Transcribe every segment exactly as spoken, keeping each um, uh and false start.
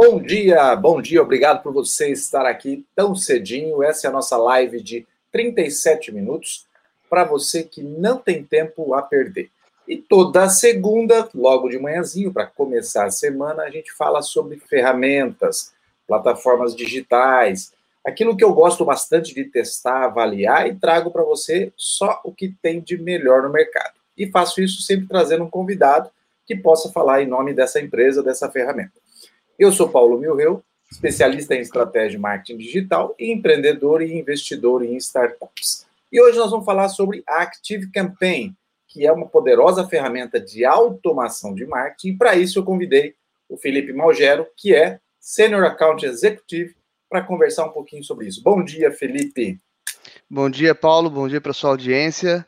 Bom dia, bom dia, obrigado por você estar aqui tão cedinho. Essa é a nossa live de trinta e sete minutos para você que não tem tempo a perder. E toda segunda, logo de manhãzinho, para começar a semana, a gente fala sobre ferramentas, plataformas digitais, aquilo que eu gosto bastante de testar, avaliar e trago para você só o que tem de melhor no mercado. E faço isso sempre trazendo um convidado que possa falar em nome dessa empresa, dessa ferramenta. Eu sou Paulo Milreu, especialista em estratégia e marketing digital e empreendedor e investidor em startups. E hoje nós vamos falar sobre a ActiveCampaign, que é uma poderosa ferramenta de automação de marketing. E para isso eu convidei o Felipe Malgero, que é Senior Account Executive, para conversar um pouquinho sobre isso. Bom dia, Felipe. Bom dia, Paulo. Bom dia para a sua audiência.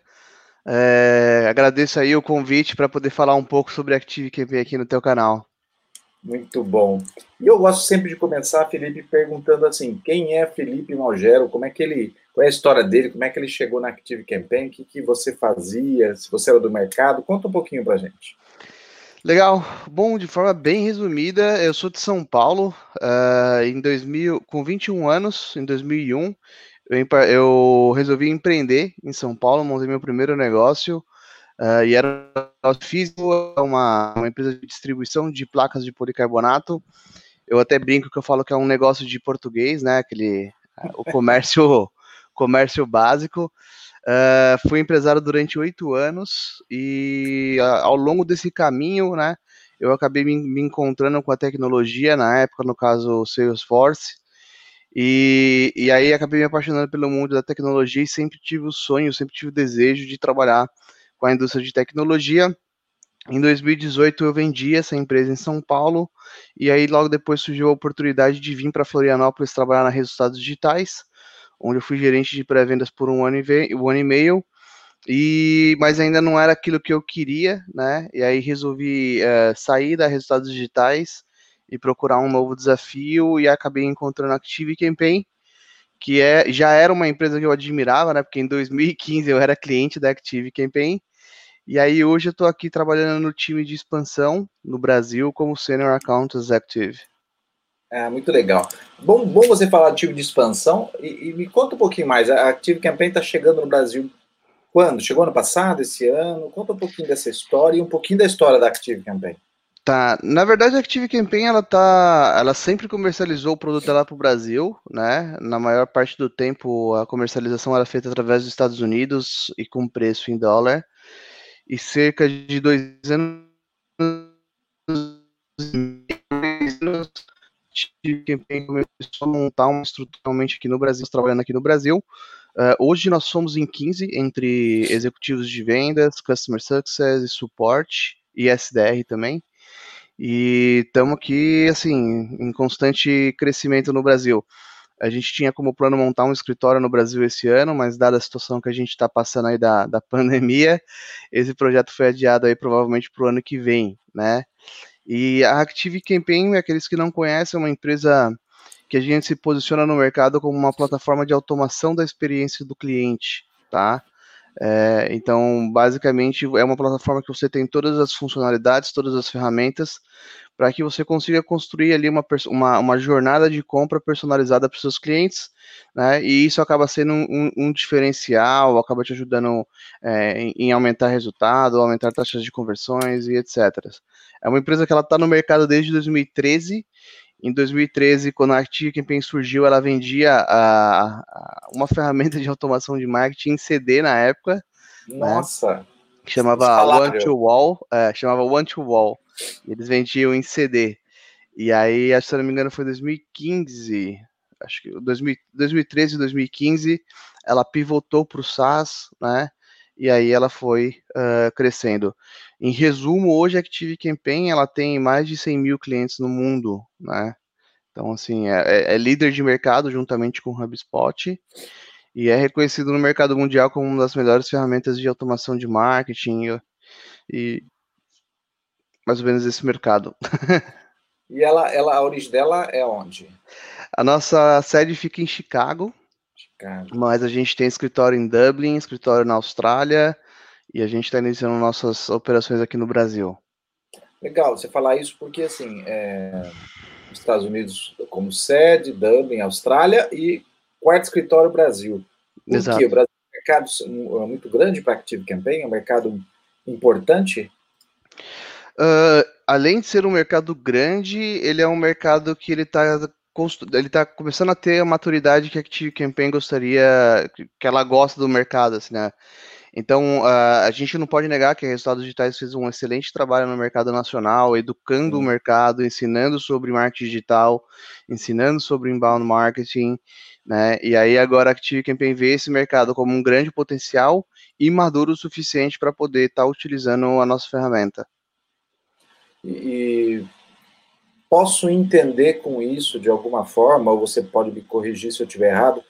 É, agradeço aí o convite para poder falar um pouco sobre a ActiveCampaign aqui no teu canal. Muito bom. E eu gosto sempre de começar, Felipe, perguntando assim, quem é Felipe Malgero, como é que ele, qual é a história dele, como é que ele chegou na ActiveCampaign, o que, que você fazia, se você era do mercado, conta um pouquinho pra gente. Legal. Bom, de forma bem resumida, eu sou de São Paulo, uh, em dois mil, com vinte e um anos, em dois mil e um, eu, eu resolvi empreender em São Paulo, montei meu primeiro negócio, uh, e era físico, uma, uma empresa de distribuição de placas de policarbonato. Eu até brinco que eu falo que é um negócio de português, né? Aquele, o comércio, comércio básico. Uh, fui empresário durante oito anos e uh, ao longo desse caminho, né? Eu acabei me, me encontrando com a tecnologia, na época, no caso, o Salesforce. E, e aí acabei me apaixonando pelo mundo da tecnologia e sempre tive o sonho, sempre tive o desejo de trabalhar com a indústria de tecnologia. Em dois mil e dezoito eu vendi essa empresa em São Paulo e aí logo depois surgiu a oportunidade de vir para Florianópolis trabalhar na Resultados Digitais, onde eu fui gerente de pré-vendas por um ano e, um ano e meio, e, mas ainda não era aquilo que eu queria, né? E aí resolvi é, sair da Resultados Digitais e procurar um novo desafio e acabei encontrando a ActiveCampaign, que é, já era uma empresa que eu admirava, né? Porque em dois mil e quinze eu era cliente da ActiveCampaign. E aí hoje eu estou aqui trabalhando no time de expansão no Brasil como Senior Account Executive. É, muito legal. Bom, bom você falar de time de expansão e, e me conta um pouquinho mais. A ActiveCampaign está chegando no Brasil quando? Chegou ano passado, esse ano? Conta um pouquinho dessa história e um pouquinho da história da ActiveCampaign. Tá, na verdade a ActiveCampaign ela tá, ela sempre comercializou o produto dela para o Brasil, né? Na maior parte do tempo a comercialização era feita através dos Estados Unidos e com preço em dólar. E cerca de dois anos ActiveCampaign começou a montar uma estruturalmente aqui no Brasil, trabalhando aqui no Brasil. Uh, hoje nós somos em quinze, entre executivos de vendas, Customer Success e suporte, e S D R também. E estamos aqui, assim, em constante crescimento no Brasil. A gente tinha como plano montar um escritório no Brasil esse ano, mas dada a situação que a gente está passando aí da, da pandemia, esse projeto foi adiado aí provavelmente para o ano que vem, né? E a ActiveCampaign, aqueles que não conhecem, é uma empresa que a gente se posiciona no mercado como uma plataforma de automação da experiência do cliente, tá? É, então, basicamente, é uma plataforma que você tem todas as funcionalidades, todas as ferramentas, para que você consiga construir ali uma, uma, uma jornada de compra personalizada para os seus clientes, né? E isso acaba sendo um, um, um diferencial, acaba te ajudando é, em, em aumentar resultado, aumentar taxas de conversões e etcétera. É uma empresa que ela está no mercado desde dois mil e treze. Em dois mil e treze, quando a ActiveCampaign surgiu, ela vendia a, a, uma ferramenta de automação de marketing em C D na época, né? Nossa! Que chamava One to Wall, é, chamava One to Wall. Eles vendiam em C D. E aí, se eu não me engano, foi dois mil e quinze, acho que dois mil, dois mil e treze, dois mil e quinze, ela pivotou para o SaaS, né? E aí ela foi uh, crescendo. Em resumo, hoje a ActiveCampaign ela tem mais de cem mil clientes no mundo, né? Então, assim, é, é líder de mercado juntamente com o HubSpot e é reconhecido no mercado mundial como uma das melhores ferramentas de automação de marketing e mais ou menos esse mercado. E ela, ela, a origem dela é onde? A nossa sede fica em Chicago, Chicago. mas a gente tem escritório em Dublin, escritório na Austrália e a gente está iniciando nossas operações aqui no Brasil. Legal você falar isso porque, assim, é, Estados Unidos como sede, Dublin, Austrália, e quarto escritório, Brasil. Por Exato. quê? O Brasil é um mercado muito grande para Active Campaign, é um mercado importante? Uh, além de ser um mercado grande, ele é um mercado que ele está ele tá começando a ter a maturidade que a Active Campaign gostaria, que ela gosta do mercado, assim, né? Então, uh, a gente não pode negar que a Resultados Digitais fez um excelente trabalho no mercado nacional, educando Sim. o mercado, ensinando sobre marketing digital, ensinando sobre inbound marketing, né? E aí agora a Active Campaign vê esse mercado como um grande potencial e maduro o suficiente para poder estar tá utilizando a nossa ferramenta. E posso entender com isso de alguma forma, ou você pode me corrigir se eu estiver errado,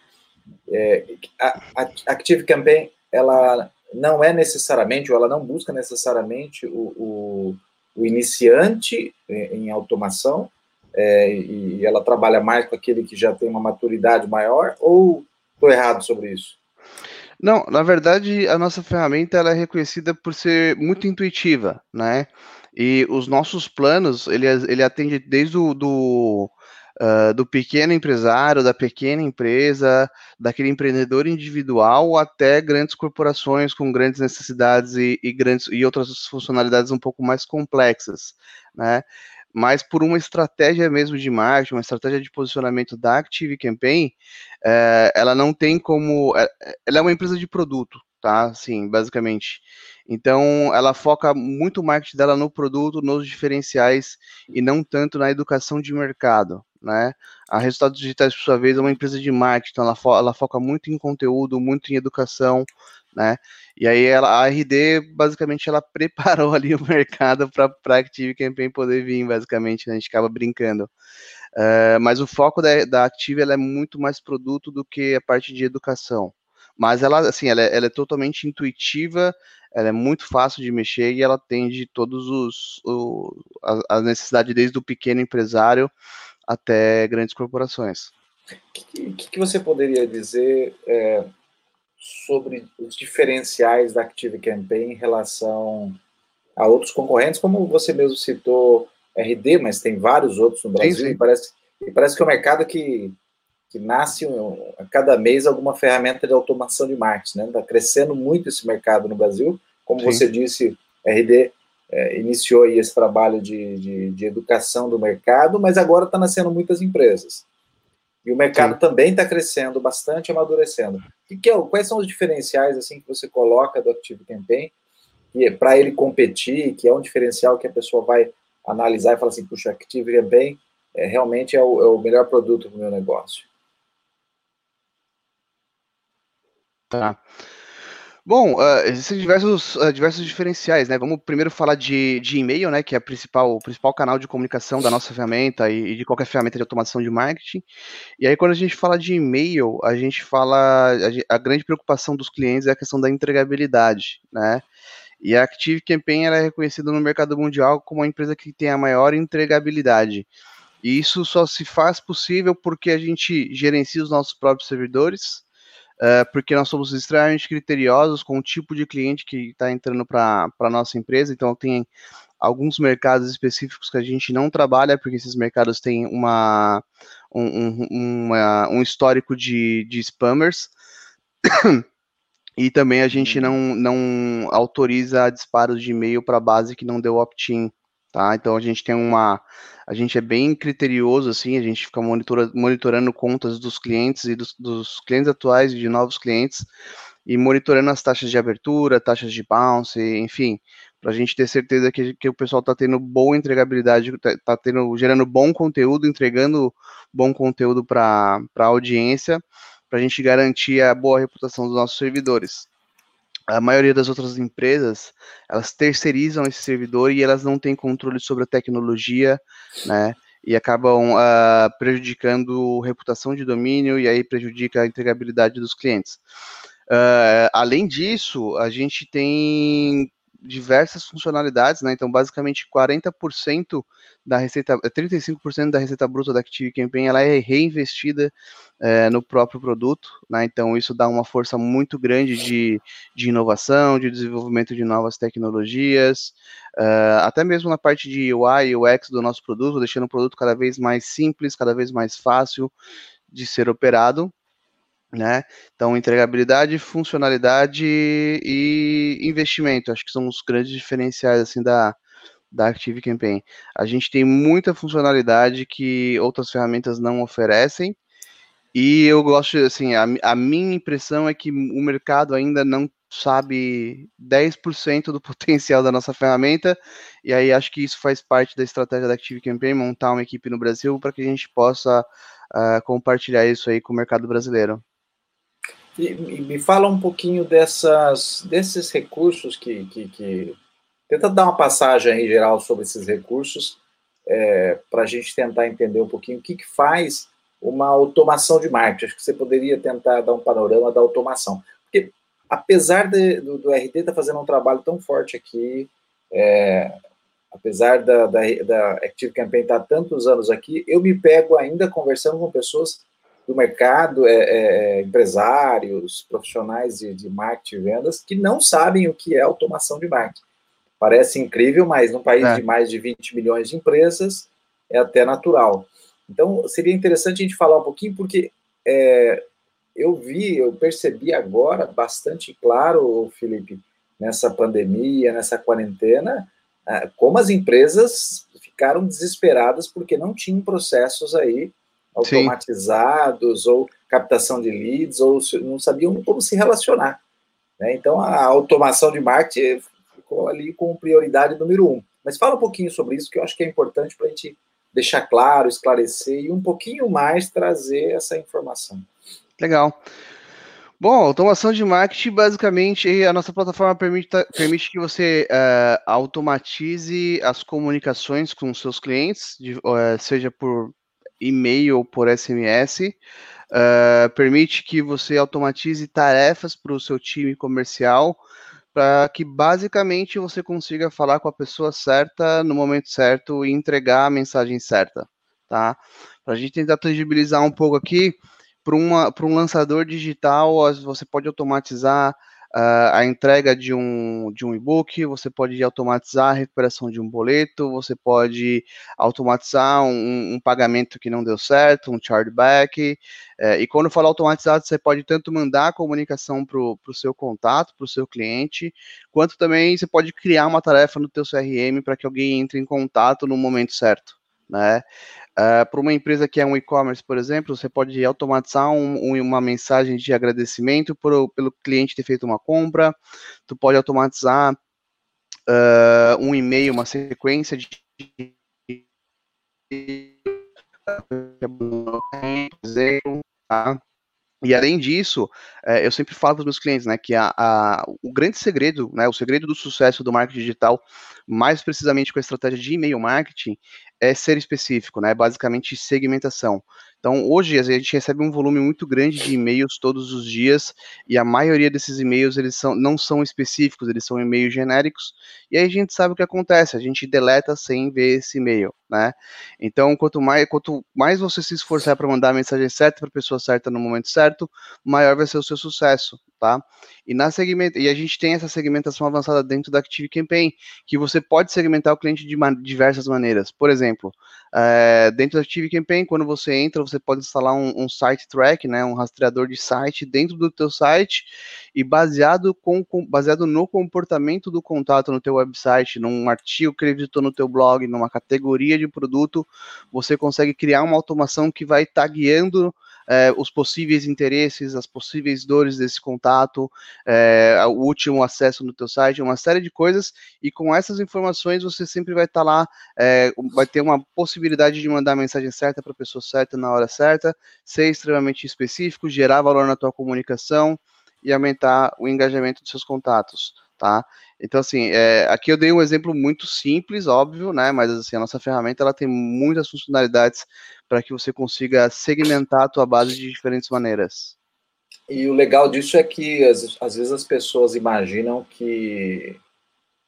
é, a, a Active Campaign, ela não é necessariamente, ou ela não busca necessariamente o, o, o iniciante em, em automação, é, e ela trabalha mais com aquele que já tem uma maturidade maior, ou estou errado sobre isso? Não, na verdade, a nossa ferramenta ela é reconhecida por ser muito intuitiva, né? E os nossos planos, ele, ele atende desde o do, uh, do pequeno empresário, da pequena empresa, daquele empreendedor individual, até grandes corporações com grandes necessidades e, e, grandes, e outras funcionalidades um pouco mais complexas, né? Mas por uma estratégia mesmo de marketing, uma estratégia de posicionamento da Active Campaign, é, ela não tem como... Ela é uma empresa de produto, tá? Assim, basicamente. Então, ela foca muito o marketing dela no produto, nos diferenciais, e não tanto na educação de mercado, né? A Resultados Digitais, por sua vez, é uma empresa de marketing, então ela, fo ela foca muito em conteúdo, muito em educação, né? E aí ela, a R D, basicamente, ela preparou ali o mercado para a Active Campaign poder vir, basicamente, né? A gente acaba brincando. Uh, mas o foco da, da Active ela é muito mais produto do que a parte de educação. Mas ela, assim, ela é, ela é totalmente intuitiva, ela é muito fácil de mexer e ela atende todos os, os a, a necessidade desde o pequeno empresário até grandes corporações. O que, que, que você poderia dizer é, sobre os diferenciais da Active Campaign em relação a outros concorrentes, como você mesmo citou R D, mas tem vários outros no Brasil, sim, sim. E, parece, e parece que é um mercado que, que nasce um, a cada mês alguma ferramenta de automação de marketing, né? Está crescendo muito esse mercado no Brasil, como sim. Você disse, R D é, iniciou aí esse trabalho de, de, de educação do mercado, mas agora está nascendo muitas empresas. E o mercado sim. Também está crescendo bastante, amadurecendo. E que é, quais são os diferenciais assim, que você coloca do Active Campaign para ele competir, que é um diferencial que a pessoa vai analisar e falar assim, puxa, Active Campaign é, realmente é o, é o melhor produto para o meu negócio? Tá. Bom, uh, existem diversos, uh, diversos diferenciais, né? Vamos primeiro falar de, de e-mail, né? Que é a principal, o principal canal de comunicação da nossa ferramenta e, e de qualquer ferramenta de automação de marketing. E aí, quando a gente fala de e-mail, a gente fala... A, a grande preocupação dos clientes é a questão da entregabilidade, né? E a Active Campaign ela é reconhecida no mercado mundial como a empresa que tem a maior entregabilidade. E isso só se faz possível porque a gente gerencia os nossos próprios servidores, uh, porque nós somos extremamente criteriosos com o tipo de cliente que está entrando para a nossa empresa. Então, tem alguns mercados específicos que a gente não trabalha, porque esses mercados têm uma, um, um, uma, um histórico de, de spammers. E também a gente não, não autoriza disparos de e-mail para base que não deu opt-in, tá? Então a gente tem uma... A gente é bem criterioso, assim, a gente fica monitora, monitorando contas dos clientes e dos, dos clientes atuais e de novos clientes e monitorando as taxas de abertura, taxas de bounce, enfim, para a gente ter certeza que, que o pessoal está tendo boa entregabilidade, está tá tendo, gerando bom conteúdo, entregando bom conteúdo para a audiência, para a gente garantir a boa reputação dos nossos servidores. A maioria das outras empresas, elas terceirizam esse servidor e elas não têm controle sobre a tecnologia, né, e acabam uh, prejudicando a reputação de domínio e aí prejudica a entregabilidade dos clientes. Uh, além disso, a gente tem diversas funcionalidades, né? Então, basicamente, quarenta por cento da receita, trinta e cinco por cento da receita bruta da ActiveCampaign, ela é reinvestida é, no próprio produto, né? Então, isso dá uma força muito grande de, de inovação, de desenvolvimento de novas tecnologias, uh, até mesmo na parte de U I e U X do nosso produto, deixando o produto cada vez mais simples, cada vez mais fácil de ser operado, né? Então, entregabilidade, funcionalidade e investimento, acho que são os grandes diferenciais assim da, da ActiveCampaign. A gente tem muita funcionalidade que outras ferramentas não oferecem, e eu gosto, assim, a, a minha impressão é que o mercado ainda não sabe dez por cento do potencial da nossa ferramenta, e aí acho que isso faz parte da estratégia da ActiveCampaign, montar uma equipe no Brasil para que a gente possa uh, compartilhar isso aí com o mercado brasileiro. E, e me fala um pouquinho dessas, desses recursos que, que, que... Tenta dar uma passagem aí geral sobre esses recursos, é, para a gente tentar entender um pouquinho o que, que faz uma automação de marketing. Acho que você poderia tentar dar um panorama da automação. Porque, apesar de, do, do R D estar tá fazendo um trabalho tão forte aqui, é, apesar da, da, da ActiveCampaign estar há tantos anos aqui, eu me pego ainda conversando com pessoas do mercado, é, é, empresários, profissionais de, de marketing e vendas, que não sabem o que é automação de marketing. Parece incrível, mas num país é. de mais de vinte milhões de empresas, é até natural. Então, seria interessante a gente falar um pouquinho, porque é, eu vi, eu percebi agora, bastante claro, Felipe, nessa pandemia, nessa quarentena, como as empresas ficaram desesperadas porque não tinham processos aí automatizados, sim, ou captação de leads, ou não sabiam como se relacionar, né? Então, a automação de marketing ficou ali com prioridade número um. Mas fala um pouquinho sobre isso, que eu acho que é importante para a gente deixar claro, esclarecer e um pouquinho mais trazer essa informação. Legal. Bom, automação de marketing, basicamente, a nossa plataforma permite, permite que você uh, automatize as comunicações com seus clientes, de, uh, seja por e-mail ou por S M S, uh, permite que você automatize tarefas para o seu time comercial, para que basicamente você consiga falar com a pessoa certa no momento certo e entregar a mensagem certa, tá? Para a gente tentar tangibilizar um pouco aqui, para um lançador digital, você pode automatizar uh, a entrega de um, de um e-book, você pode automatizar a recuperação de um boleto, você pode automatizar um, um pagamento que não deu certo, um chargeback, uh, e quando eu falo automatizado, você pode tanto mandar a comunicação para o seu contato, para o seu cliente, quanto também você pode criar uma tarefa no teu C R M para que alguém entre em contato no momento certo, né? Uh, para uma empresa que é um e-commerce, por exemplo, você pode automatizar um, um, uma mensagem de agradecimento por, pelo cliente ter feito uma compra, tu pode automatizar uh, um e-mail, uma sequência de tá? E além disso, eu sempre falo para os meus clientes, né, que a, a, o grande segredo, né, o segredo do sucesso do marketing digital, mais precisamente com a estratégia de e-mail marketing, é ser específico, né, basicamente segmentação. Então, hoje a gente recebe um volume muito grande de e-mails todos os dias, e a maioria desses e-mails, eles são, não são específicos, eles são e-mails genéricos, e aí a gente sabe o que acontece, a gente deleta sem ver esse e-mail, né. Então, quanto mais, quanto mais você se esforçar para mandar a mensagem certa para a pessoa certa no momento certo, maior vai ser o seu sucesso, tá? E, na segmenta... e a gente tem essa segmentação avançada dentro da ActiveCampaign, que você pode segmentar o cliente de man... diversas maneiras. Por exemplo, é... dentro da ActiveCampaign, quando você entra, você pode instalar um, um site track, né, um rastreador de site dentro do teu site, e baseado, com... baseado no comportamento do contato no teu website, num artigo que ele visitou no teu blog, numa categoria de produto, você consegue criar uma automação que vai estar tá guiando É, os possíveis interesses, as possíveis dores desse contato, é, o último acesso no teu site, uma série de coisas, e com essas informações você sempre vai estar tá lá, é, vai ter uma possibilidade de mandar a mensagem certa para a pessoa certa na hora certa, ser extremamente específico, gerar valor na tua comunicação e aumentar o engajamento dos seus contatos, tá? Então, assim, é, aqui eu dei um exemplo muito simples, óbvio, né, mas assim, a nossa ferramenta, ela tem muitas funcionalidades para que você consiga segmentar a tua base de diferentes maneiras. E o legal disso é que, às, às vezes, as pessoas imaginam que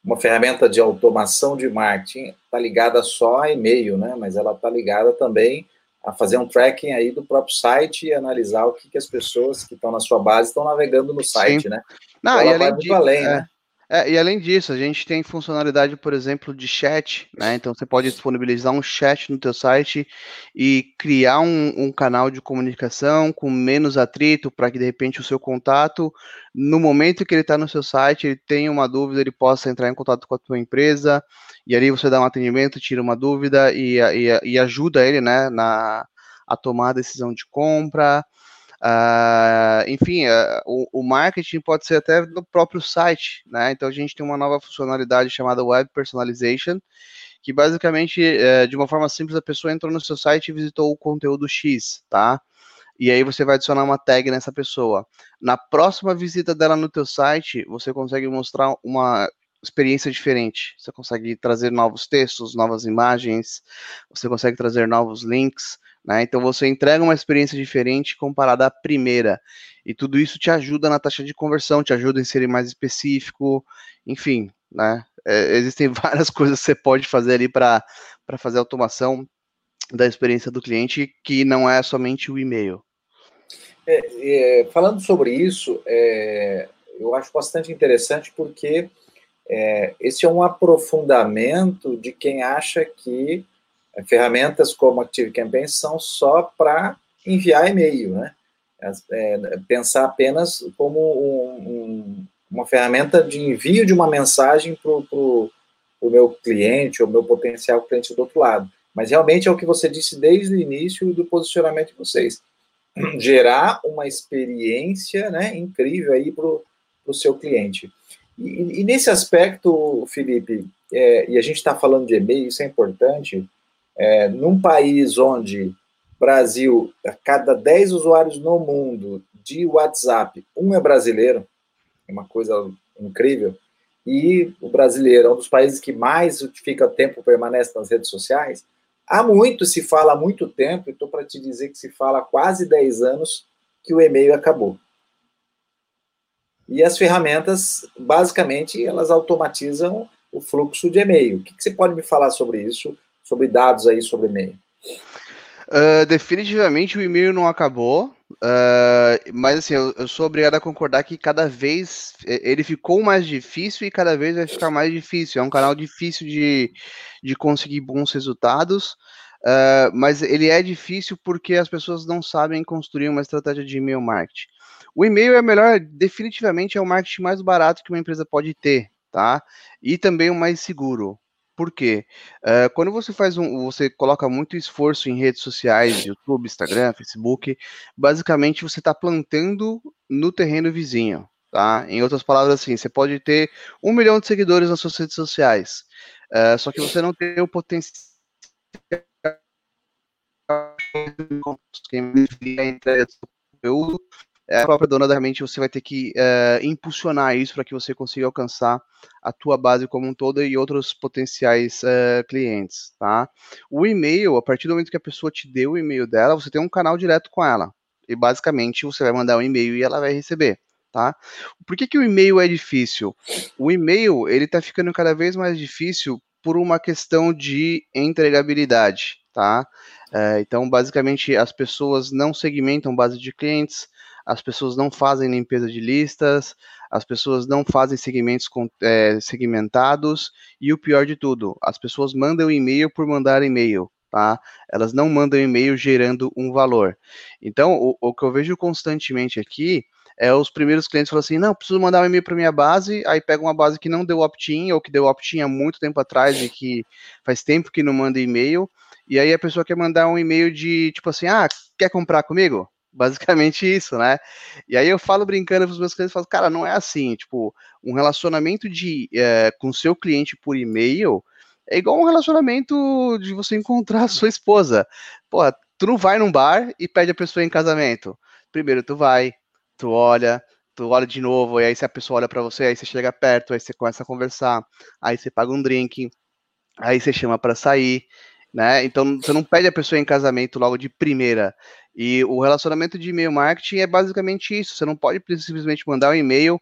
uma ferramenta de automação de marketing está ligada só a e-mail, né? Mas ela está ligada também a fazer um tracking aí do próprio site e analisar o que, que as pessoas que estão na sua base estão navegando no site, Sim. né? Não, Então e ela vai além muito de, além, é, né? é, e além disso, a gente tem funcionalidade, por exemplo, de chat, né? Então você pode disponibilizar um chat no teu site e criar um, um canal de comunicação com menos atrito para que de repente o seu contato, no momento que ele está no seu site, ele tenha uma dúvida, ele possa entrar em contato com a tua empresa e ali você dá um atendimento, tira uma dúvida e, e, e ajuda ele, né, na, a tomar a decisão de compra. Uh, enfim, uh, o, o marketing pode ser até no próprio site, né? Então a gente tem uma nova funcionalidade chamada Web Personalization, que basicamente, uh, de uma forma simples, a pessoa entrou no seu site e visitou o conteúdo X, tá? E aí você vai adicionar uma tag nessa pessoa. Na próxima visita dela no teu site, você consegue mostrar uma experiência diferente. Você consegue trazer novos textos, novas imagens, você consegue trazer novos links, né? Então você entrega uma experiência diferente comparada à primeira. E tudo isso te ajuda na taxa de conversão, te ajuda em ser mais específico, enfim, né? É, existem várias coisas que você pode fazer ali para fazer a automação da experiência do cliente, que não é somente o e-mail. É, é, falando sobre isso, é, eu acho bastante interessante porque é, esse é um aprofundamento de quem acha que ferramentas como ActiveCampaign são só para enviar e-mail, né? É, pensar apenas como um, um, uma ferramenta de envio de uma mensagem para o meu cliente ou meu potencial cliente do outro lado. Mas realmente é o que você disse desde o início do posicionamento de vocês. Gerar uma experiência, né, incrível aí para o seu cliente. E, e nesse aspecto, Felipe, é, e a gente está falando de e-mail, isso é importante, é, num país onde Brasil, a cada dez usuários no mundo de WhatsApp, um é brasileiro, é uma coisa incrível, e o brasileiro é um dos países que mais fica tempo, permanece nas redes sociais, há muito, se fala há muito tempo, e estou para te dizer que se fala há quase dez anos que o e-mail acabou. E as ferramentas, basicamente, elas automatizam o fluxo de e-mail. O que, que você pode me falar sobre isso, sobre dados aí sobre e-mail? Uh, definitivamente o e-mail não acabou, uh, mas assim, eu, eu, sou obrigado a concordar que cada vez ele ficou mais difícil e cada vez vai ficar mais difícil. É um canal difícil de, de conseguir bons resultados, uh, mas ele é difícil porque as pessoas não sabem construir uma estratégia de e-mail marketing. O e-mail é melhor, definitivamente é o marketing mais barato que uma empresa pode ter, tá? E também o mais seguro. Por quê? Uh, quando você faz um, você coloca muito esforço em redes sociais, YouTube, Instagram, Facebook, basicamente você está plantando no terreno vizinho, tá? Em outras palavras, assim, você pode ter um milhão de seguidores nas suas redes sociais, uh, só que você não tem o potencial quem entrega conteúdo, é a própria dona da mente, você vai ter que uh, impulsionar isso para que você consiga alcançar a tua base como um todo e outros potenciais uh, clientes, tá? O e-mail, a partir do momento que a pessoa te deu o e-mail dela, você tem um canal direto com ela. E basicamente você vai mandar um e-mail e ela vai receber, tá? Por que que o e-mail é difícil? O e-mail, ele tá ficando cada vez mais difícil por uma questão de entregabilidade, tá? Uh, então, basicamente, as pessoas não segmentam base de clientes, as pessoas não fazem limpeza de listas, as pessoas não fazem segmentos é, segmentados, e o pior de tudo, as pessoas mandam e-mail por mandar e-mail, tá? Elas não mandam e-mail gerando um valor. Então, o, o que eu vejo constantemente aqui é os primeiros clientes falam assim, não, preciso mandar um e-mail para minha base, aí pega uma base que não deu opt-in, ou que deu opt-in há muito tempo atrás e que faz tempo que não manda e-mail, e aí a pessoa quer mandar um e-mail de, tipo assim, ah, quer comprar comigo? Basicamente isso, né? E aí eu falo brincando para os meus clientes, falo, cara, não é assim, tipo, um relacionamento de, é, com seu cliente por e-mail é igual um relacionamento de você encontrar a sua esposa. Pô, tu não vai num bar e pede a pessoa em casamento. Primeiro tu vai, tu olha, tu olha de novo, e aí se a pessoa olha para você, aí você chega perto, aí você começa a conversar, aí você paga um drink, aí você chama para sair, né? Então você não pede a pessoa em casamento logo de primeira. E o relacionamento de e-mail marketing é basicamente isso. Você não pode simplesmente mandar um e-mail,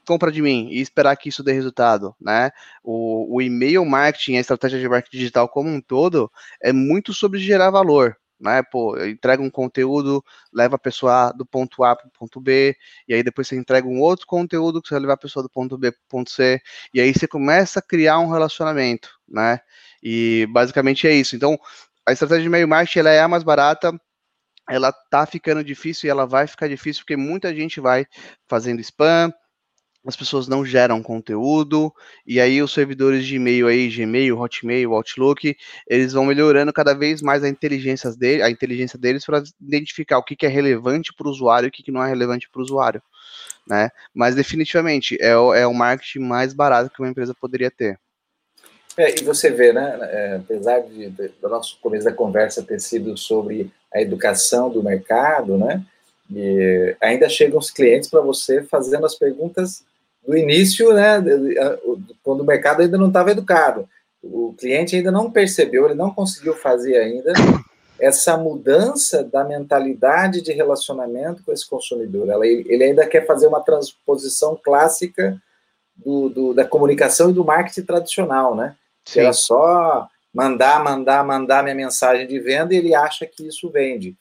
compra de mim e esperar que isso dê resultado, né? O, o e-mail marketing, a estratégia de marketing digital como um todo, é muito sobre gerar valor, né? Pô, entrega um conteúdo, leva a pessoa do ponto A para o ponto B, e aí depois você entrega um outro conteúdo que você vai levar a pessoa do ponto B para o ponto C, e aí você começa a criar um relacionamento, né? E basicamente é isso. Então, a estratégia de e-mail marketing, ela é a mais barata, ela tá ficando difícil e ela vai ficar difícil porque muita gente vai fazendo spam, as pessoas não geram conteúdo, e aí os servidores de e-mail aí, Gmail, Hotmail, Outlook, eles vão melhorando cada vez mais a inteligência, dele, a inteligência deles para identificar o que, que é relevante para o usuário e o que, que não é relevante para o usuário, né? Mas definitivamente é o, é o marketing mais barato que uma empresa poderia ter. É, e você vê, né, é, apesar de, de, do nosso começo da conversa ter sido sobre a educação do mercado, né, e ainda chegam os clientes para você fazendo as perguntas do início, né, quando o mercado ainda não estava educado. O cliente ainda não percebeu, ele não conseguiu fazer ainda essa mudança da mentalidade de relacionamento com esse consumidor. Ele ainda quer fazer uma transposição clássica do, do, da comunicação e do marketing tradicional, né? Que era só mandar, mandar, mandar minha mensagem de venda e ele acha que isso vende.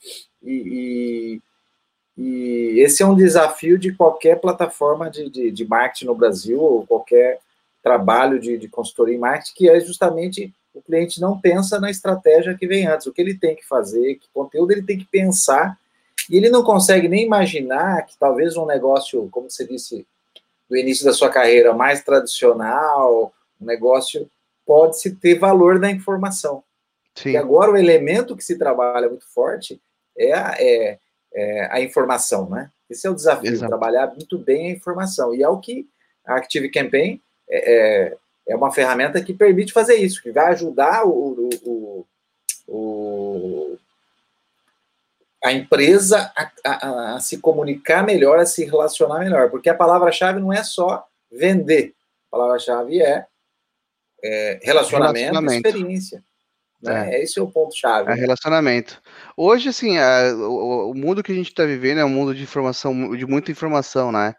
E, e, e esse é um desafio de qualquer plataforma de, de, de marketing no Brasil, ou qualquer trabalho de, de consultoria em marketing, que é justamente o cliente não pensa na estratégia que vem antes, o que ele tem que fazer, que conteúdo ele tem que pensar, e ele não consegue nem imaginar que talvez um negócio, como você disse, do início da sua carreira mais tradicional, um negócio pode-se ter valor na informação. Sim. E agora o elemento que se trabalha muito forte é a, é, é a informação, né? Esse é o desafio, Exato. Trabalhar muito bem a informação. E é o que a Active Campaign é, é uma ferramenta que permite fazer isso, que vai ajudar o, o, o, a empresa a, a, a se comunicar melhor, a se relacionar melhor, porque a palavra-chave não é só vender, a palavra-chave é, é relacionamento, relacionamento, experiência. Né? É. Esse é o ponto-chave. É né? Relacionamento. Hoje, assim, a, o, o mundo que a gente está vivendo é um mundo de informação, de muita informação, né?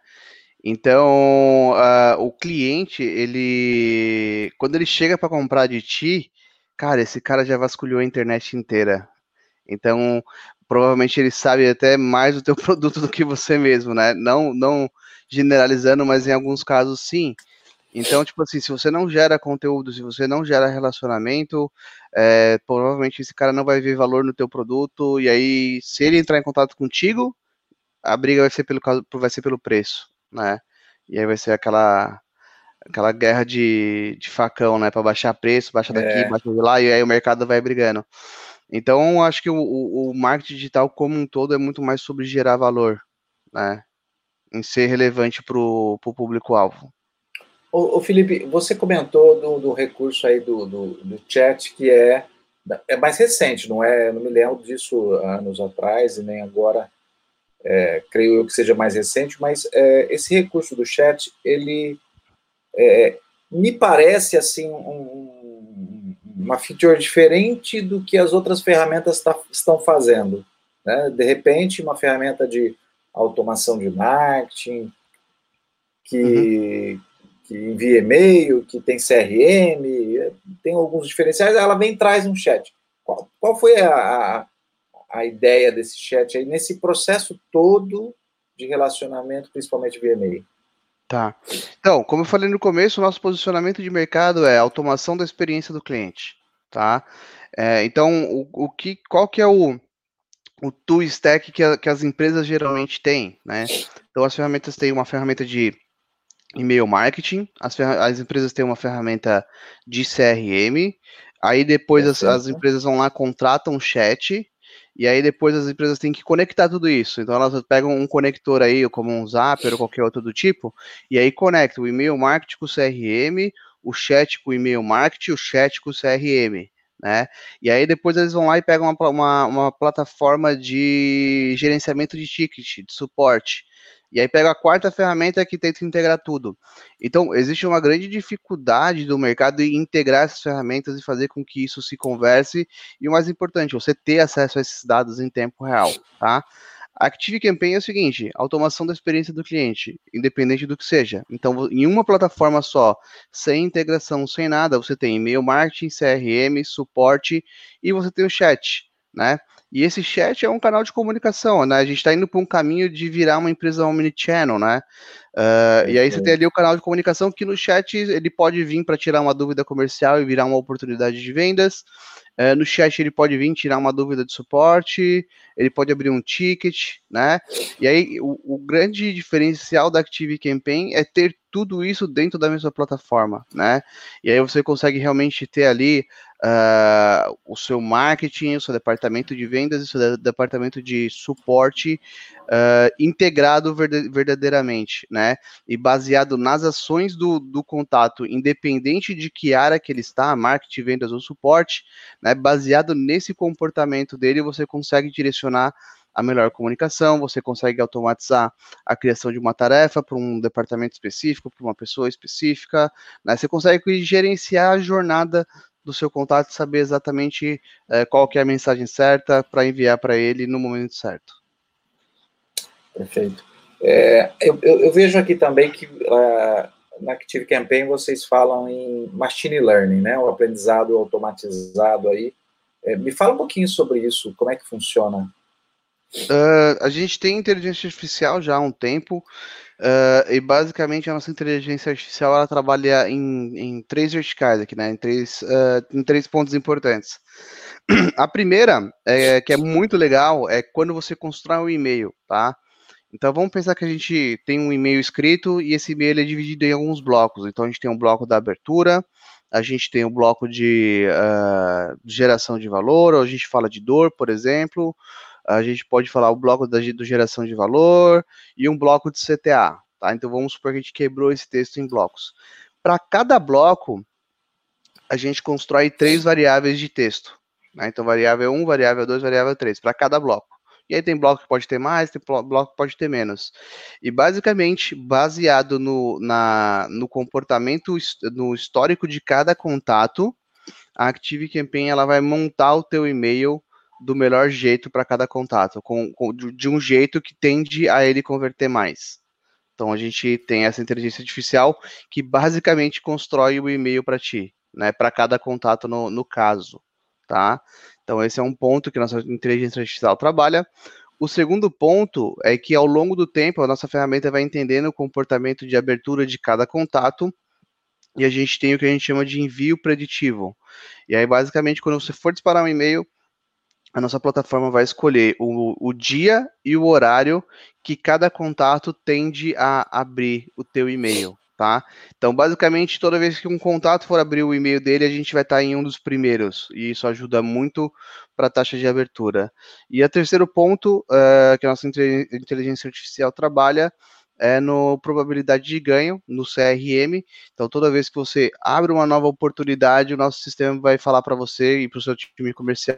Então, uh, o cliente, ele, quando ele chega para comprar de ti, cara, esse cara já vasculhou a internet inteira. Então, provavelmente ele sabe até mais do teu produto do que você mesmo, né? Não, não generalizando, mas em alguns casos sim. Então, tipo assim, se você não gera conteúdo, se você não gera relacionamento, é, provavelmente esse cara não vai ver valor no teu produto, e aí, se ele entrar em contato contigo, a briga vai ser pelo, vai ser pelo preço, né? E aí vai ser aquela, aquela guerra de, de facão, né? Para baixar preço, baixa daqui, é. baixa de lá, e aí o mercado vai brigando. Então, acho que o, o, o marketing digital como um todo é muito mais sobre gerar valor, né? Em ser relevante para o público-alvo. Ô, ô, Felipe, você comentou do, do recurso aí do, do, do chat, que é, é mais recente, não é? Não me lembro disso anos atrás e nem agora, é, creio eu que seja mais recente, mas é, esse recurso do chat, ele é, me parece assim um, uma feature diferente do que as outras ferramentas tá, estão fazendo. Né? De repente, uma ferramenta de automação de marketing, que... Uhum. que envia e-mail, que tem C R M, tem alguns diferenciais, ela vem e traz um chat. Qual, qual foi a, a, a ideia desse chat aí, nesse processo todo de relacionamento, principalmente via e-mail? Tá. Então, como eu falei no começo, o nosso posicionamento de mercado é automação da experiência do cliente, tá? É, então, o, o que, qual que é o, o tool stack que, a, que as empresas geralmente têm, né? Então, as ferramentas têm uma ferramenta de e-mail marketing, as, as empresas têm uma ferramenta de C R M, aí depois as, as empresas vão lá, contratam um chat, e aí depois as empresas têm que conectar tudo isso. Então elas pegam um conector aí, como um Zapier ou qualquer outro do tipo, e aí conectam o e-mail marketing com o C R M, o chat com o e-mail marketing, o chat com o C R M, né? E aí depois eles vão lá e pegam uma, uma, uma plataforma de gerenciamento de ticket, de suporte. E aí pega a quarta ferramenta que tenta integrar tudo. Então, existe uma grande dificuldade do mercado em integrar essas ferramentas e fazer com que isso se converse. E o mais importante, você ter acesso a esses dados em tempo real, tá? A ActiveCampaign é o seguinte, automação da experiência do cliente, independente do que seja. Então, em uma plataforma só, sem integração, sem nada, você tem e-mail marketing, C R M, suporte e você tem o chat, né? E esse chat é um canal de comunicação, né? A gente está indo para um caminho de virar uma empresa omnichannel, né? Uh, e aí você tem ali o canal de comunicação que no chat ele pode vir para tirar uma dúvida comercial e virar uma oportunidade de vendas. Uh, no chat ele pode vir tirar uma dúvida de suporte, ele pode abrir um ticket, né? E aí o, o grande diferencial da ActiveCampaign é ter tudo isso dentro da mesma plataforma, né? E aí você consegue realmente ter ali uh, o seu marketing, o seu departamento de vendas e o seu departamento de suporte uh, integrado verdadeiramente, né? E baseado nas ações do, do contato, independente de que área que ele está, marketing, vendas ou suporte, né? Baseado nesse comportamento dele, você consegue direcionar a melhor comunicação, você consegue automatizar a criação de uma tarefa para um departamento específico, para uma pessoa específica, né? Você consegue gerenciar a jornada do seu contato e saber exatamente é, qual que é a mensagem certa para enviar para ele no momento certo. Perfeito. É, eu, eu, vejo aqui também que uh, na ActiveCampaign vocês falam em machine learning, né? O aprendizado automatizado aí. É, me fala um pouquinho sobre isso, como é que funciona? Uh, a gente tem inteligência artificial já há um tempo, uh, e basicamente a nossa inteligência artificial ela trabalha em, em três verticais aqui, né? Em três, uh, em três pontos importantes. A primeira, é, que é muito legal, é quando você constrói um e-mail, tá? Então vamos pensar que a gente tem um e-mail escrito e esse e-mail é dividido em alguns blocos. Então a gente tem um bloco da abertura, a gente tem um bloco de uh, geração de valor, ou a gente fala de dor, por exemplo. A gente pode falar o bloco da do geração de valor e um bloco de C T A, tá? Então vamos supor que a gente quebrou esse texto em blocos. Para cada bloco, a gente constrói três variáveis de texto, né? Então variável um, variável dois, variável três, para cada bloco. E aí tem bloco que pode ter mais, tem bloco que pode ter menos. E basicamente, baseado no, na, no comportamento, no histórico de cada contato, a ActiveCampaign ela vai montar o teu e-mail do melhor jeito para cada contato, com, com, de um jeito que tende a ele converter mais. Então a gente tem essa inteligência artificial que basicamente constrói o e-mail para ti, né, para cada contato no, no caso, tá? Então esse é um ponto que a nossa inteligência artificial trabalha. O segundo ponto é que ao longo do tempo a nossa ferramenta vai entendendo o comportamento de abertura de cada contato e a gente tem o que a gente chama de envio preditivo. E aí basicamente quando você for disparar um e-mail, a nossa plataforma vai escolher o, o dia e o horário que cada contato tende a abrir o teu e-mail, tá? Então, basicamente, toda vez que um contato for abrir o e-mail dele, a gente vai estar em um dos primeiros, e isso ajuda muito para a taxa de abertura. E o terceiro ponto uh, que a nossa inteligência artificial trabalha é no probabilidade de ganho, no C R M. Então, toda vez que você abre uma nova oportunidade, o nosso sistema vai falar para você e para o seu time comercial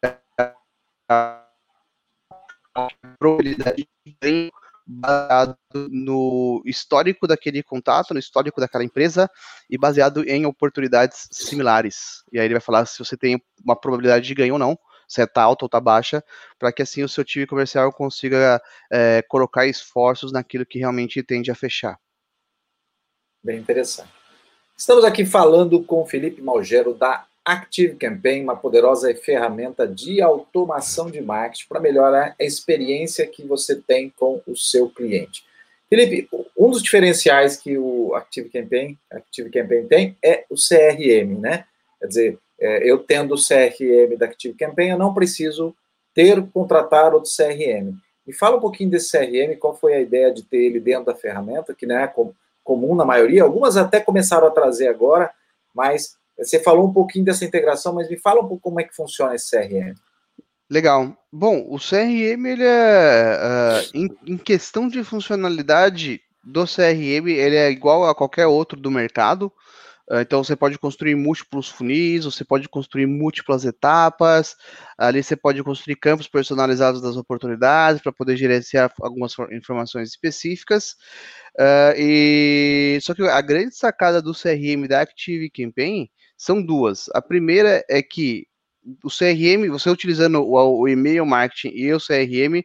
a probabilidade de ganho baseado no histórico daquele contato, no histórico daquela empresa e baseado em oportunidades similares. E aí ele vai falar se você tem uma probabilidade de ganho ou não, se é tá alta ou tá baixa, para que assim o seu time comercial consiga é, colocar esforços naquilo que realmente tende a fechar. Bem interessante. Estamos aqui falando com o Felipe Malgero da ActiveCampaign, uma poderosa ferramenta de automação de marketing para melhorar a experiência que você tem com o seu cliente. Felipe, um dos diferenciais que o ActiveCampaign, ActiveCampaign tem é o C R M, né? Quer dizer, eu tendo o C R M da ActiveCampaign, eu não preciso ter, contratar outro C R M. Me fala um pouquinho desse C R M, qual foi a ideia de ter ele dentro da ferramenta, que não é comum na maioria, algumas até começaram a trazer agora, mas você falou um pouquinho dessa integração, mas me fala um pouco como é que funciona esse C R M. Legal. Bom, o C R M, ele é, uh, em, em questão de funcionalidade do C R M, ele é igual a qualquer outro do mercado. Uh, então, você pode construir múltiplos funis, você pode construir múltiplas etapas, ali você pode construir campos personalizados das oportunidades para poder gerenciar algumas informações específicas. Uh, e só que a grande sacada do C R M da ActiveCampaign são duas. A primeira é que o C R M, você utilizando o, o e-mail marketing e o C R M,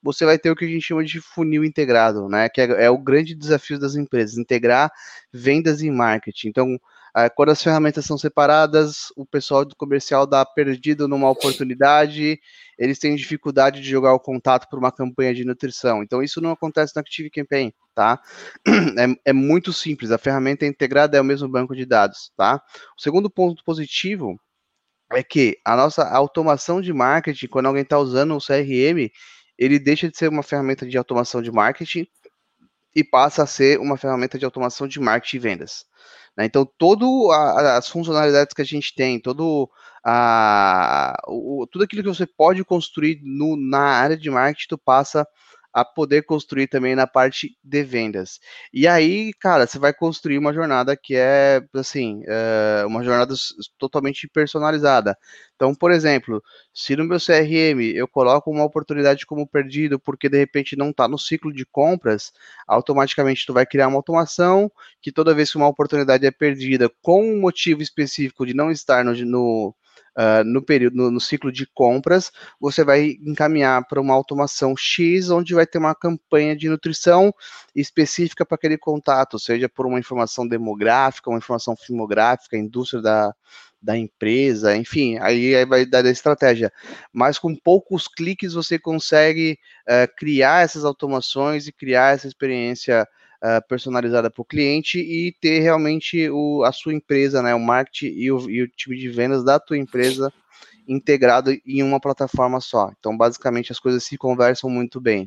você vai ter o que a gente chama de funil integrado, né? Que é, é o grande desafio das empresas, integrar vendas e marketing. Então, uh, quando as ferramentas são separadas, o pessoal do comercial dá perdido numa oportunidade, eles têm dificuldade de jogar o contato para uma campanha de nutrição. Então, isso não acontece na Active Campaign, tá? É, é muito simples, a ferramenta integrada é o mesmo banco de dados, tá? O segundo ponto positivo é que a nossa automação de marketing, quando alguém está usando o C R M, ele deixa de ser uma ferramenta de automação de marketing e passa a ser uma ferramenta de automação de marketing e vendas. Né? Então, todas as funcionalidades que a gente tem, todo a, o, tudo aquilo que você pode construir no, na área de marketing, tu passa a poder construir também na parte de vendas. E aí, cara, você vai construir uma jornada que é, assim, é uma jornada totalmente personalizada. Então, por exemplo, se no meu C R M eu coloco uma oportunidade como perdido porque de repente não está no ciclo de compras, automaticamente tu vai criar uma automação que toda vez que uma oportunidade é perdida com um motivo específico de não estar no, no Uh, no período, no, no ciclo de compras, você vai encaminhar para uma automação X, onde vai ter uma campanha de nutrição específica para aquele contato, seja por uma informação demográfica, uma informação filmográfica, indústria da, da empresa, enfim, aí, aí vai dar a estratégia. Mas com poucos cliques você consegue uh, criar essas automações e criar essa experiência Uh, personalizada para o cliente e ter realmente o, a sua empresa, né, o marketing e o, e o time de vendas da tua empresa integrado em uma plataforma só. Então, basicamente, as coisas se conversam muito bem.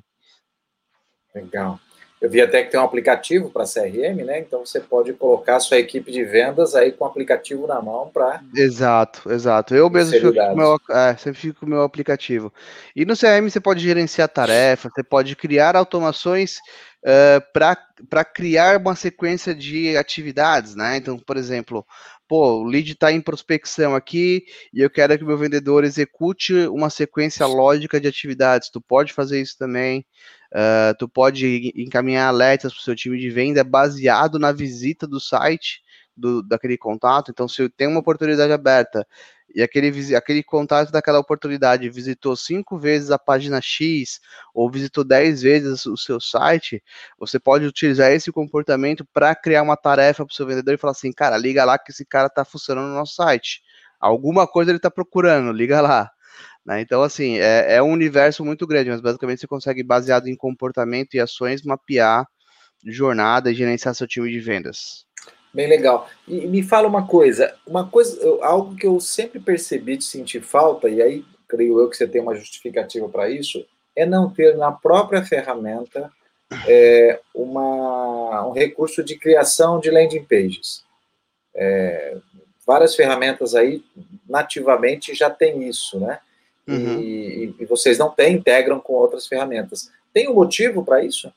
Legal. Eu vi até que tem um aplicativo para C R M, né? Então você pode colocar a sua equipe de vendas aí com o aplicativo na mão para. Exato, exato. Eu mesmo fico com o meu, é, sempre fico com o meu aplicativo. E no C R M você pode gerenciar tarefas, você pode criar automações uh, para criar uma sequência de atividades, né? Então, por exemplo, pô, o lead está em prospecção aqui e eu quero que o meu vendedor execute uma sequência lógica de atividades. Tu pode fazer isso também. Uh, tu pode encaminhar alertas para o seu time de venda baseado na visita do site do, daquele contato. Então, se eu tenho uma oportunidade aberta e aquele, aquele contato daquela oportunidade visitou cinco vezes a página X ou visitou dez vezes o seu site, você pode utilizar esse comportamento para criar uma tarefa para o seu vendedor e falar assim, cara, liga lá que esse cara está funcionando no nosso site. Alguma coisa ele está procurando, liga lá. Né? Então, assim, é, é um universo muito grande, mas basicamente você consegue, baseado em comportamento e ações, mapear jornada e gerenciar seu time de vendas. Bem legal. E me fala uma coisa, uma coisa, algo que eu sempre percebi de sentir falta, e aí creio eu que você tem uma justificativa para isso, é não ter na própria ferramenta é, uma, um recurso de criação de landing pages. É, várias ferramentas aí nativamente já tem isso, né? Uhum. E, e vocês não têm, integram com outras ferramentas. Tem um motivo para isso?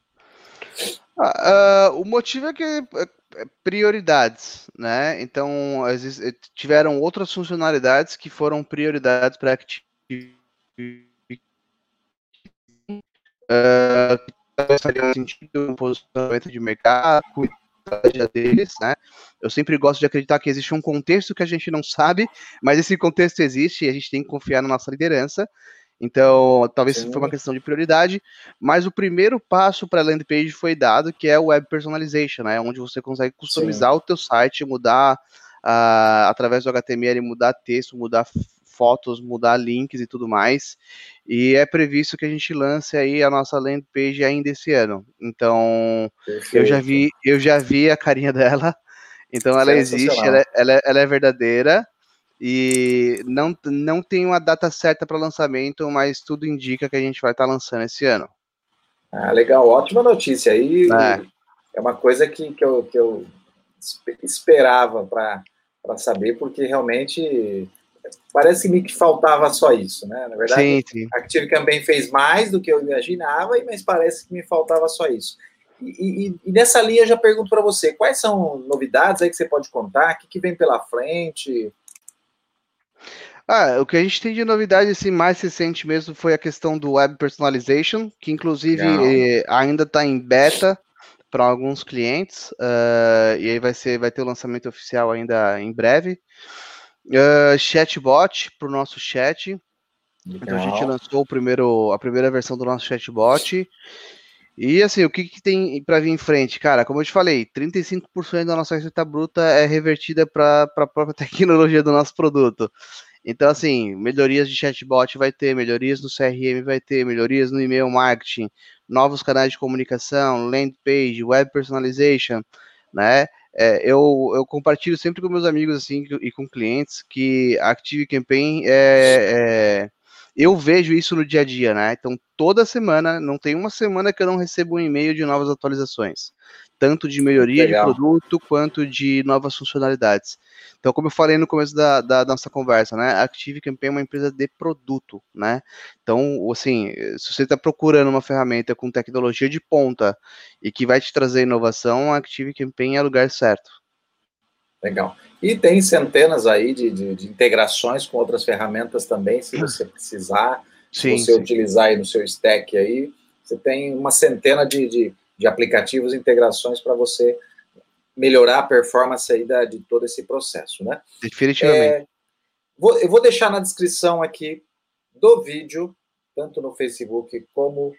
Ah, uh, o motivo é que é prioridades, né? Então, tiveram outras funcionalidades que foram prioridades para a Active, uh, faria sentido um posicionamento de mercado, deles, né? Eu sempre gosto de acreditar que existe um contexto que a gente não sabe, mas esse contexto existe e a gente tem que confiar na nossa liderança. Então, talvez Sim. foi uma questão de prioridade, mas o primeiro passo para a landing page foi dado, que é o Web Personalization, né? Onde você consegue customizar Sim. o teu site, mudar uh, através do H T M L, mudar texto, mudar fotos, mudar links e tudo mais. E é previsto que a gente lance aí a nossa landing page ainda esse ano. Então, eu já vi, eu já vi a carinha dela. Então, ela existe, ela, ela, ela é verdadeira. E não, não tem uma data certa para lançamento, mas tudo indica que a gente vai estar tá lançando esse ano. Ah, legal, ótima notícia. Aí é, é uma coisa que, que, eu, que eu esperava para saber, porque realmente parece-me que faltava só isso, né? Na verdade, sim, sim. A Active Campaign fez mais do que eu imaginava, mas parece que me faltava só isso. E, e, e nessa linha eu já pergunto para você, quais são novidades aí que você pode contar? O que, que vem pela frente? Ah, o que a gente tem de novidade assim, mais recente mesmo foi a questão do Web Personalization, que inclusive eh, ainda está em beta para alguns clientes, uh, e aí vai, ser, vai ter o lançamento oficial ainda em breve. Uh, chatbot para o nosso chat, Legal. Então a gente lançou o primeiro, a primeira versão do nosso chatbot. E assim, o que, que tem para vir em frente? Cara, como eu te falei, trinta e cinco por cento da nossa receita bruta é revertida para a própria tecnologia do nosso produto. Então, assim, melhorias de chatbot vai ter, melhorias no C R M vai ter, melhorias no e-mail marketing, novos canais de comunicação, landing page, web personalization, né? É, eu, eu compartilho sempre com meus amigos assim e com clientes que a ActiveCampaign é, é eu vejo isso no dia a dia, né? Então, toda semana, não tem uma semana que eu não recebo um e-mail de novas atualizações, tanto de melhoria de produto quanto de novas funcionalidades. Então, como eu falei no começo da, da nossa conversa, né? A ActiveCampaign é uma empresa de produto, né? Então, assim, se você está procurando uma ferramenta com tecnologia de ponta e que vai te trazer inovação, a ActiveCampaign é o lugar certo. Legal. E tem centenas aí de, de, de integrações com outras ferramentas também, se você precisar, sim, se você sim. utilizar aí no seu stack aí, você tem uma centena de, de, de aplicativos e integrações para você melhorar a performance aí da, de todo esse processo, né? Definitivamente. É, vou, eu vou deixar na descrição aqui do vídeo, tanto no Facebook como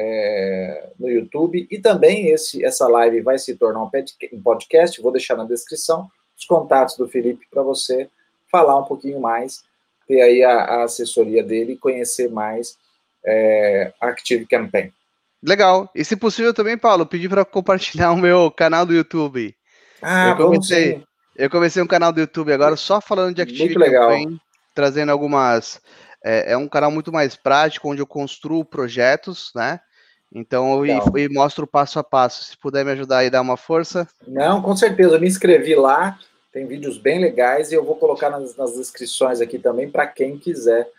é, no YouTube, e também esse, essa live vai se tornar um podcast, vou deixar na descrição os contatos do Felipe para você falar um pouquinho mais, ter aí a, a assessoria dele e conhecer mais é, a ActiveCampaign. Legal. E se possível também, Paulo, pedir para compartilhar o meu canal do YouTube. Ah, eu comecei, vamos sim. Eu comecei um canal do YouTube agora só falando de ActiveCampaign, trazendo algumas... É, é um canal muito mais prático, onde eu construo projetos, né? Então, eu e, e mostro passo a passo. Se puder me ajudar aí, dar uma força. Não, com certeza. Eu me inscrevi lá, tem vídeos bem legais e eu vou colocar nas, nas descrições aqui também para quem quiser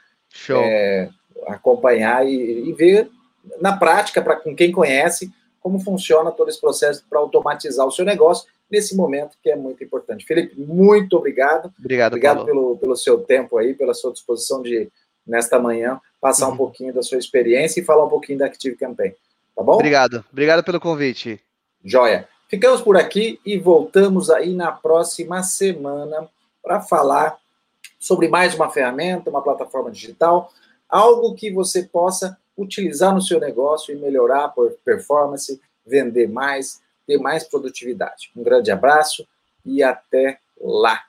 é, acompanhar e, e ver na prática, para com quem conhece, como funciona todo esse processo para automatizar o seu negócio nesse momento que é muito importante. Felipe, muito obrigado. Obrigado, obrigado Paulo. pelo, pelo seu tempo aí, pela sua disposição de, nesta manhã, passar uhum. um pouquinho da sua experiência e falar um pouquinho da ActiveCampaign. Tá bom? Obrigado. Obrigado pelo convite. Joia. Ficamos por aqui e voltamos aí na próxima semana para falar sobre mais uma ferramenta, uma plataforma digital, algo que você possa utilizar no seu negócio e melhorar a performance, vender mais, ter mais produtividade. Um grande abraço e até lá!